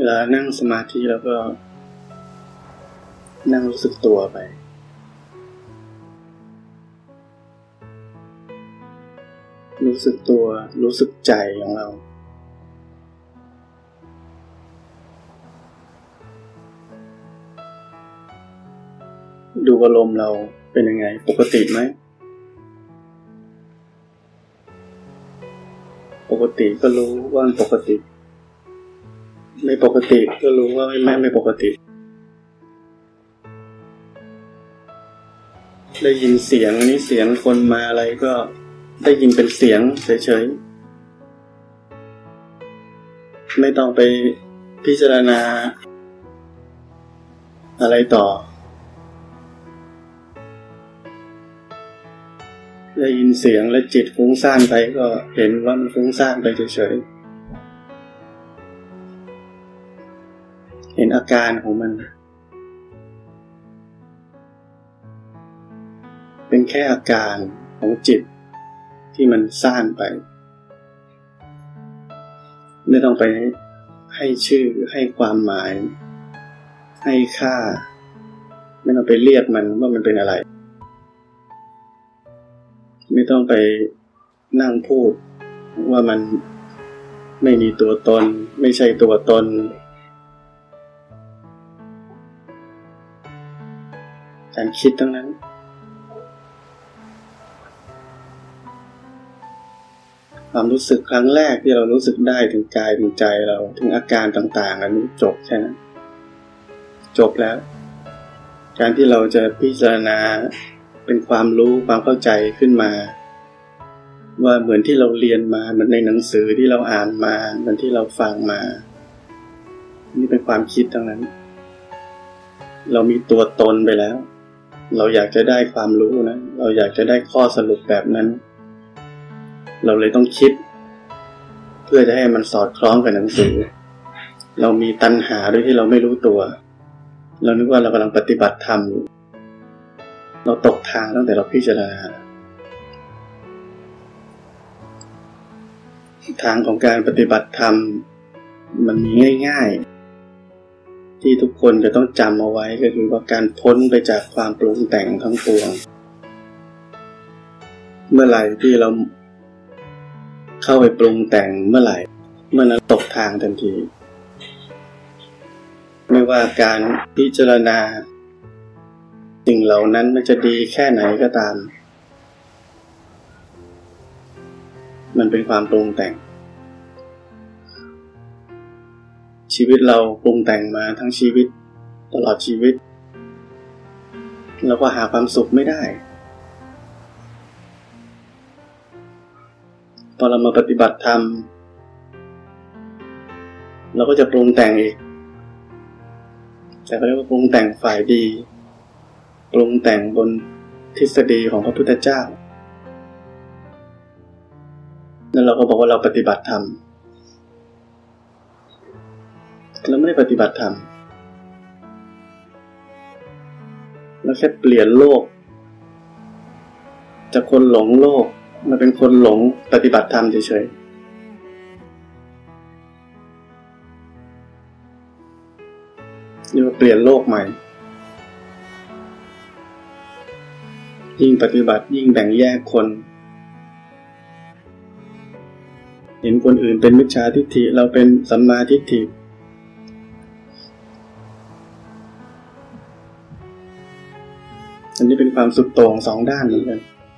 ลานั่งสมาธิแล้วก็นั่งรู้สึกตัวไปรู้สึกตัวรู้สึกใจของเราดูอารมณ์เราเป็นยังไงปกติไหมปกติก็รู้ว่าปกติไม่ปกติก็รู้ว่าไม่ปกติได้ยินเสียงนี้เสียงคนมาอะไรก็ได้ยินเป็นเสียงเฉยๆไม่ต้องไปพิจารณาอะไรต่อได้ยินเสียงและจิตฟุ้งซ่านไปก็เห็นว่ามันฟุ้งซ่านไปเฉยๆเห็นอาการของมันเป็นแค่อาการของจิตที่มันซ่านไปไม่ต้องไปให้ชื่อให้ความหมายให้ค่าไม่ต้องไปเรียกมันว่ามันเป็นอะไรไม่ต้องไปนั่งพูดว่ามันไม่มีตัวตนไม่ใช่ตัวตนการคิดทั้งนั้นความรู้สึกครั้งแรกที่เรารู้สึกได้ถึงกายถึงใจเราถึงอาการต่างๆอันนี้จบแค่นั้นจบแล้วการที่เราจะพิจารณาเป็นความรู้ความเข้าใจขึ้นมาว่าเหมือนที่เราเรียนมาเหมือนในหนังสือที่เราอ่านมาเหมือนที่เราฟังมานี่เป็นความคิดทั้งนั้นเรามีตัวตนไปแล้วเราอยากจะได้ความรู้นะเราอยากจะได้ข้อสรุปแบบนั้นเราเลยต้องคิดเพื่อจะให้มันสอดคล้องกับหนังสือเรามีตัณหาโดยที่เราไม่รู้ตัวเรานึกว่าเรากำลังปฏิบัติธรรมอยู่เราตกทางตั้งแต่เราพิจารณาทางของการปฏิบัติธรรมมันมีง่ายๆที่ทุกคนจะต้องจำเอาไว้ก็คือว่าการพ้นไปจากความปรุงแต่งทั้งปวงเมื่อไหร่ที่เราเข้าไปปรุงแต่งเมื่อไหร่เมื่อนั้นตกทางทันทีไม่ว่าการพิจารณาสิ่งเหล่านั้นมันจะดีแค่ไหนก็ตามมันเป็นความปรุงแต่งชีวิตเราปรุงแต่งมาทั้งชีวิตตลอดชีวิตเราก็หาความสุขไม่ได้พอเรามาปฏิบัติธรรมเราก็จะปรุงแต่งอีกแต่ก็เรียกว่าปรุงแต่งฝ่ายดีปรุงแต่งบนทฤษฎีของพระพุทธเจ้าแล้วเราก็บอกว่าเราปฏิบัติธรรมเราไม่ได้ปฏิบัติธรรมเราแค่เปลี่ยนโลกจากคนหลงโลกมาเป็นคนหลงปฏิบัติธรรมเฉยๆเรียกว่าเปลี่ยนโลกใหม่ยิ่งปฏิบัติยิ่งแบ่งแยกคนเห็นคนอื่นเป็นมิจฉาทิฏฐิเราเป็นสัมมาทิฏฐิอันนี้เป็นความสุดโต่งสองด้านเหมือนกัน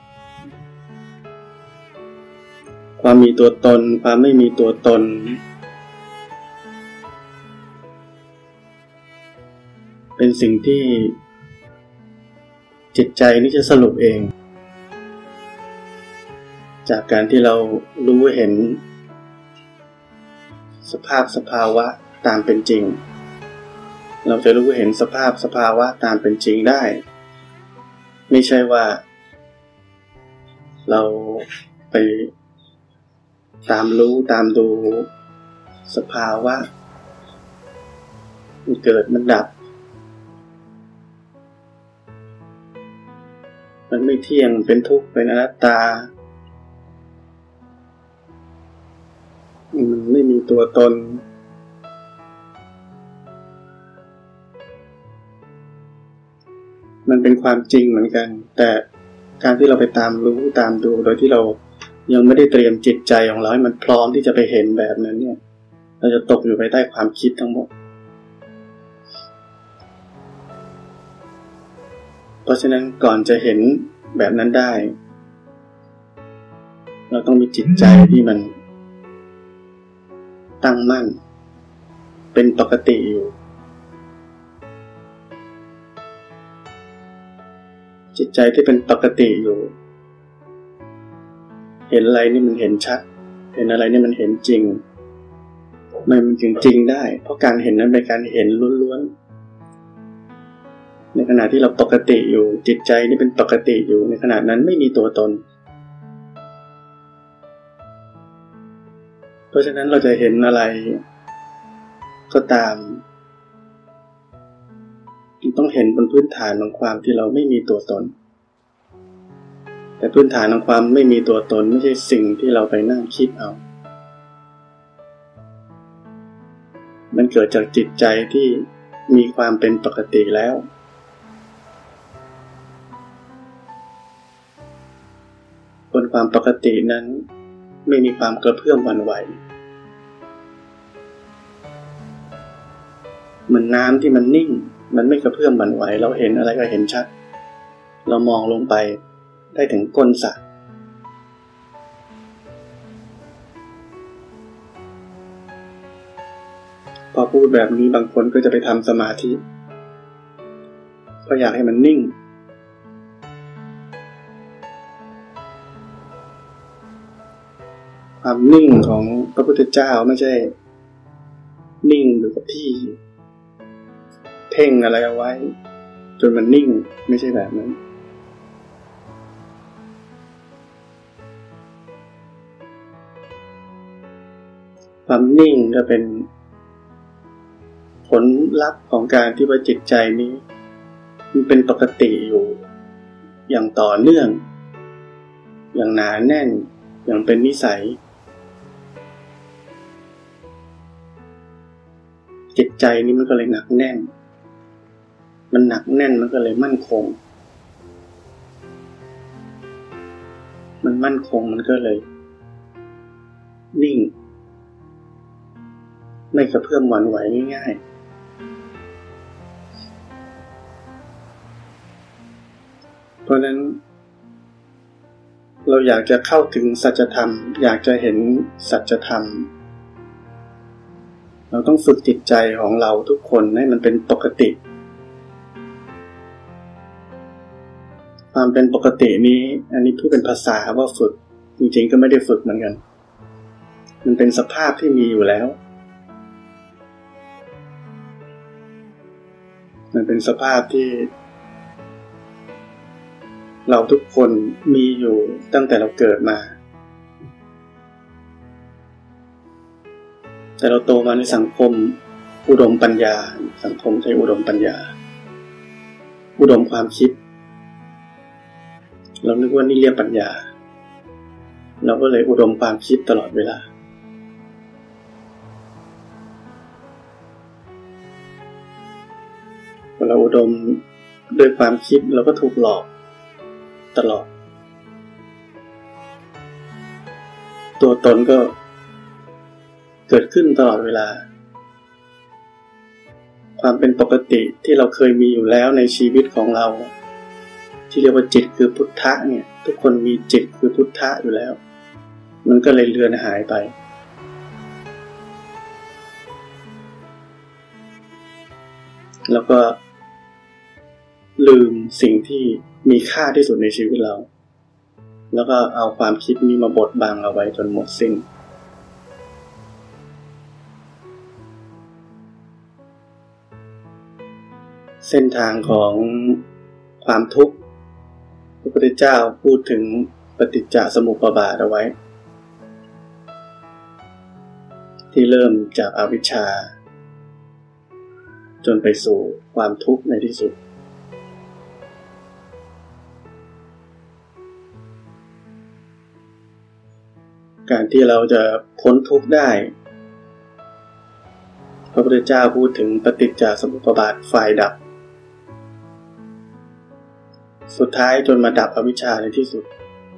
ความมีตัวตนความไม่มีตัวตนเป็นสิ่งที่จิตใจนี่จะสรุปเองจากการที่เรารู้เห็นสภาวะตามเป็นจริงเราจะรู้เห็นสภาวะตามเป็นจริงได้ไม่ใช่ว่าเราไปตามรู้ตามดูสภาวะมันเกิดมันดับมันไม่เที่ยงเป็นทุกข์เป็นอนัตตามันไม่มีตัวตนมันเป็นความจริงเหมือนกันแต่การที่เราไปตามรู้ตามดูโดยที่เรายังไม่ได้เตรียมจิตใจของเราให้มันพร้อมที่จะไปเห็นแบบนั้นเนี่ยเราจะตกอยู่ภายใต้ความคิดทั้งหมดเพราะฉะนั้นก่อนจะเห็นแบบนั้นได้เราต้องมีจิตใจที่มันตั้งมั่นเป็นปกติอยู่จิตใจที่เป็นปกติอยู่เห็นอะไรนี่มันเห็นชัดเห็นอะไรนี่มันเห็นจริงมันจึงจริงได้เพราะการเห็นนั้นเป็นการเห็นล้วนๆในขณะที่เราปกติอยู่จิตใจนี่เป็นปกติอยู่ในขณะนั้นไม่มีตัวตนเพราะฉะนั้นเราจะเห็นอะไรก็ตามต้องเห็นบนพื้นฐานของความที่เราไม่มีตัวตนแต่พื้นฐานของความไม่มีตัวตนไม่ใช่สิ่งที่เราไปนั่งคิดเอามันเกิดจากจิตใจที่มีความเป็นปกติแล้วบนความปกตินั้นไม่มีความกระเพื่อมหวั่นไหวเหมือนน้ำที่มันนิ่งมันไม่กระเพื่อมหวั่นไหวเราเห็นอะไรก็เห็นชัดเรามองลงไปได้ถึงก้นสระพอพูดแบบนี้บางคนก็จะไปทำสมาธิเพราะอยากให้มันนิ่งความนิ่งของพระพุทธเจ้าไม่ใช่นิ่งอยู่กับที่เพ่งอะไรเอาไว้จนมันนิ่งไม่ใช่แบบนั้นความนิ่งก็เป็นผลลัพธ์ของการที่ว่าจิตใจนี้มันเป็นปกติอยู่อย่างต่อเนื่องอย่างหนาแน่นอย่างเป็นนิสัยจิตใจนี้มันก็เลยหนักแน่นมันหนักแน่นมันก็เลยมั่นคงมันมั่นคงมันก็เลยนิ่งไม่กระเพื่อมหวั่นไหวง่ายๆเพราะนั้นเราอยากจะเข้าถึงสัจธรรมอยากจะเห็นสัจธรรมเราต้องฝึกจิตใจของเราทุกคนให้มันเป็นปกติความเป็นปกตินี้อันนี้พูดเป็นภาษาว่าฝึกจริงๆก็ไม่ได้ฝึกเหมือนกันมันเป็นสภาพที่มีอยู่แล้วมันเป็นสภาพที่เราทุกคนมีอยู่ตั้งแต่เราเกิดมาแต่เราโตมาในสังคมอุดมปัญญาสังคมใช้อุดมปัญญาอุดมความคิดเรานึกว่านี่เรียกปัญญาเราก็เลยอุดมความคิดตลอดเวลาพอเราอุดมด้วยความคิดเราก็ถูกหลอกตลอดตัวตนก็เกิดขึ้นตลอดเวลาความเป็นปกติที่เราเคยมีอยู่แล้วในชีวิตของเราที่เรียกว่าจิตคือพุทธะเนี่ยทุกคนมีจิตคือพุทธะอยู่แล้วมันก็เลยเลือนหายไปแล้วก็ลืมสิ่งที่มีค่าที่สุดในชีวิตเราแล้วก็เอาความคิดนี้มาบดบังเอาไว้จนหมดสิ้นเส้นทางของความทุกข์พระพุทธเจ้าพูดถึงปฏิจจสมุปบาทเอาไว้ที่เริ่มจากอวิชชาจนไปสู่ความทุกข์ในที่สุดการที่เราจะพ้นทุกข์ได้พระพุทธเจ้าพูดถึงปฏิจจสมุปบาทฝ่ายดับสุดท้ายจนมาดับอวิชชาในที่สุด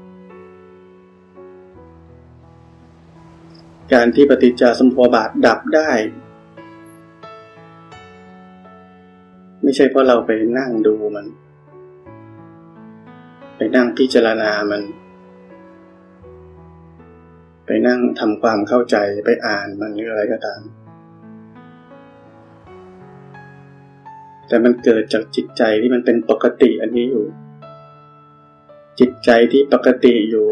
การที่ปฏิจจสมุปบาทดับได้ไม่ใช่เพราะเราไปนั่งดูมันไปนั่งพิจารณามันไปนั่งทำความเข้าใจไปอ่านมันหรืออะไรก็ตามแต่มันเกิดจากจิตใจที่มันเป็นปกติอันนี้อยู่จิตใจที่ปกติอยู่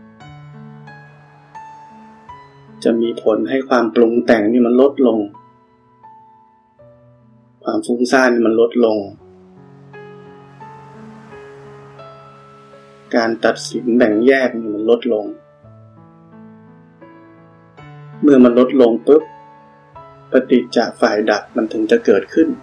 จะมีผลให้ความปรุงแต่งนี่มันลดลงความฟุ้งซ่านมันลดลงการตัดสินแบ่งแยกนี่มันลดลงเมื่อมันลดลงปุ๊บปฏิจจฝ่ายดับมันถึงจะเกิดขึ้น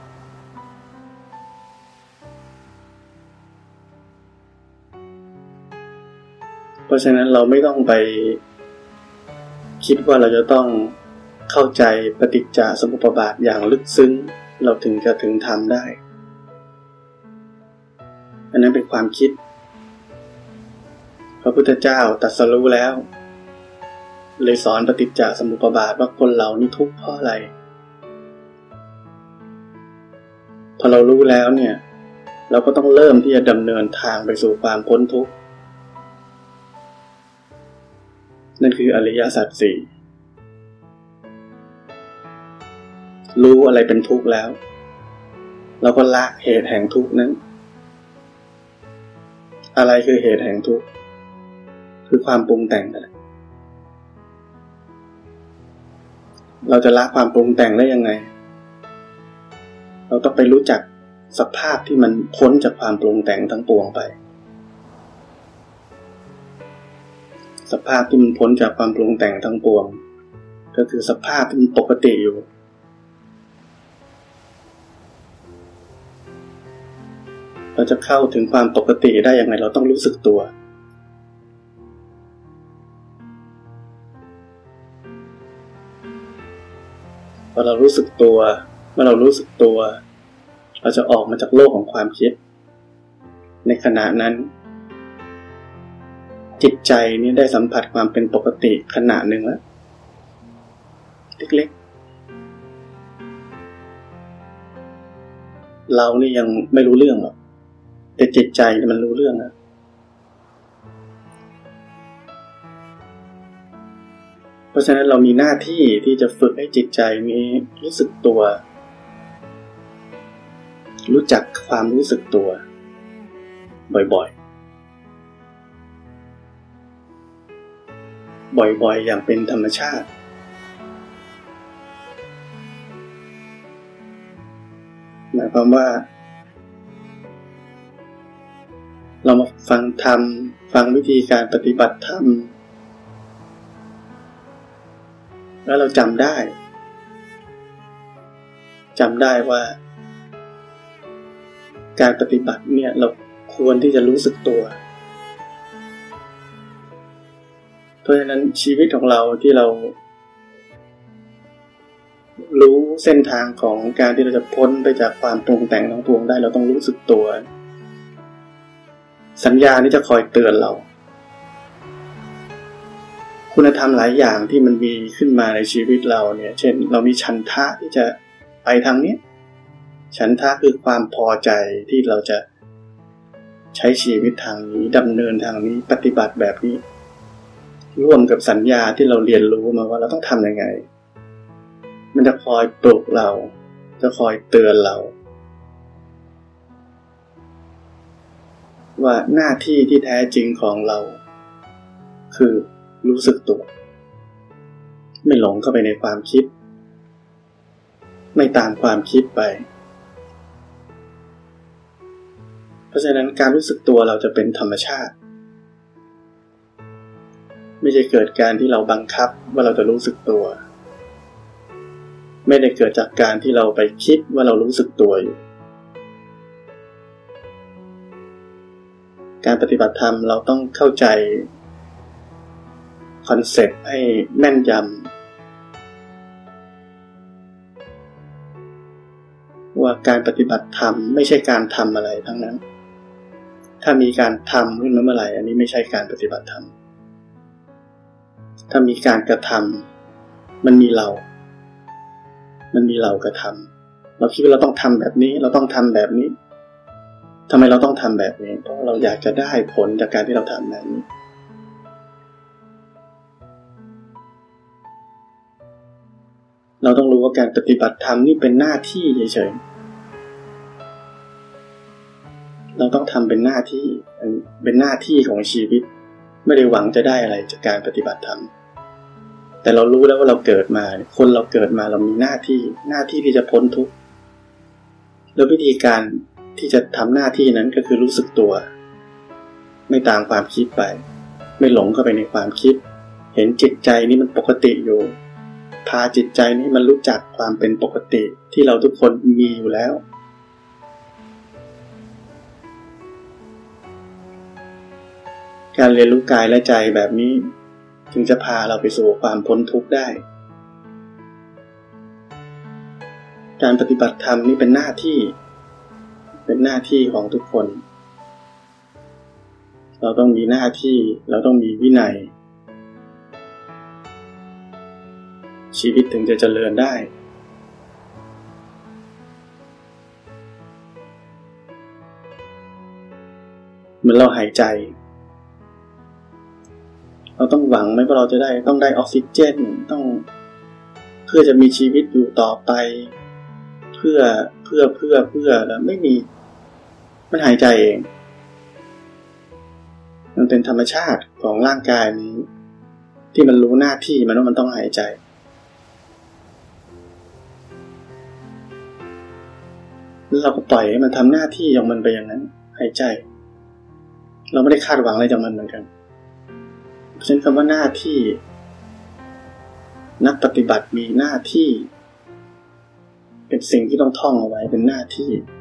เพราะฉะนั้นเราไม่ต้องไปคิดว่าเราจะต้องเข้าใจปฏิจจสมุปบาทอย่างลึกซึ้งเราถึงจะถึงธรรมได้อันนั้นเป็นความคิดพระพุทธเจ้าตรัสรู้แล้วเลยสอนปฏิจจสมุปบาทว่าคนเรานี่ทุกข์เพราะอะไรพอเรารู้แล้วเนี่ยเราก็ต้องเริ่มที่จะดำเนินทางไปสู่ความพ้นทุกข์นั่นคืออริยสัจสี่รู้อะไรเป็นทุกข์แล้วเราก็ละเหตุแห่งทุกข์นั้นอะไรคือเหตุแห่งทุกข์คือความปรุงแต่งเราจะละความปรุงแต่งได้ยังไงเราต้องไปรู้จักสภาพที่มันพ้นจากความปรุงแต่งทั้งปวงไปสภาพที่มันพ้นจากความปรุงแต่งทั้งปวงก็คือสภาพที่มันปกติอยู่เราจะเข้าถึงความปกติได้ยังไงเราต้องรู้สึกตัวพอเรารู้สึกตัวเมื่อเรารู้สึกตัวเราจะออกมาจากโลกของความคิดในขณะนั้นจิตใจนี้ได้สัมผัสความเป็นปกติขณะหนึ่งแล้วเล็กๆเรานี่ยังไม่รู้เรื่องหรอกแต่จิตใจมันรู้เรื่องนะเพราะฉะนั้นเรามีหน้าที่ที่จะฝึกให้จิตใจนี้รู้สึกตัวรู้จักความรู้สึกตัวบ่อยๆอย่างเป็นธรรมชาติหมายความว่าเรามาฟังธรรมฟังวิธีการปฏิบัติธรรมแล้วเราจำได้ว่าการปฏิบัติเนี่ยเราควรที่จะรู้สึกตัวเพราะฉะนั้นชีวิตของเราที่เรารู้เส้นทางของการที่เราจะพ้นไปจากความปรุงแต่งทั้งปวงได้เราต้องรู้สึกตัวสัญญานี้จะคอยเตือนเราคุณธรรมหลายอย่างที่มันมีขึ้นมาในชีวิตเราเนี่ยเช่นเรามีฉันทะที่จะไปทางนี้ฉันทะคือความพอใจที่เราจะใช้ชีวิตทางนี้ดำเนินทางนี้ปฏิบัติแบบนี้ร่วมกับสัญญาที่เราเรียนรู้มาว่าเราต้องทำยังไงมันจะคอยปลุกเราจะคอยเตือนเราว่าหน้าที่ที่แท้จริงของเราคือรู้สึกตัวไม่หลงเข้าไปในความคิดไม่ตามความคิดไปเพราะฉะนั้นการรู้สึกตัวเราจะเป็นธรรมชาติไม่ใช่เกิดการที่เราบังคับว่าเราจะรู้สึกตัวไม่ได้เกิดจากการที่เราไปคิดว่าเรารู้สึกตัวอยู่การปฏิบัติธรรมเราต้องเข้าใจคอนเซ็ปต์ให้แม่นยำว่าการปฏิบัติธรรมไม่ใช่การทำอะไรทั้งนั้นถ้ามีการทำขึ้นมาเมื่อไหร่อันนี้ไม่ใช่การปฏิบัติธรรมถ้ามีการกระทำมันมีเรากระทำเราคิดว่าเราต้องทำแบบนี้เราต้องทำแบบนี้ทำไมเราต้องทำแบบนี้เพราะเราอยากจะได้ผลจากการที่เราทำแบบนี้เราต้องรู้ว่าการปฏิบัติธรรมนี่เป็นหน้าที่เฉยๆเราต้องทำเป็นหน้าที่ของชีวิตไม่ได้หวังจะได้อะไรจากการปฏิบัติธรรมแต่เรารู้แล้วว่าเราเกิดมาคนเราเกิดมาเรามีหน้าที่ที่จะพ้นทุกข์แล้ววิธีการที่จะทำหน้าที่นั้นก็คือรู้สึกตัวไม่ตามความคิดไปไม่หลงเข้าไปในความคิดเห็นจิตใจนี้มันปกติอยู่พาจิตใจนี้มันรู้จักความเป็นปกติที่เราทุกคนมีอยู่แล้วการเรียนรู้กายและใจแบบนี้จึงจะพาเราไปสู่ความพ้นทุกข์ได้การปฏิบัติธรรมนี่เป็นหน้าที่ของทุกคนเราต้องมีหน้าที่เราต้องมีวินัยชีวิตถึงจะเจริญได้เหมือนเราหายใจเราต้องหวังไหมว่าเราจะต้องได้ออกซิเจนต้องเพื่อจะมีชีวิตอยู่ต่อไปเพื่อแล้วไม่มีมันหายใจเองมันเป็นธรรมชาติของร่างกายนี้ที่มันรู้หน้าที่มันว่ามันต้องหายใจแล้วเราก็ปล่อยให้มันทำหน้าที่ของมันไปอย่างนั้นหายใจเราไม่ได้คาดหวังอะไรจากมันเหมือนกันเพราะฉะนั้นคำว่าหน้าที่นักปฏิบัติมีหน้าที่เป็นสิ่งที่ต้องท่องเอาไว้เป็นหน้าที่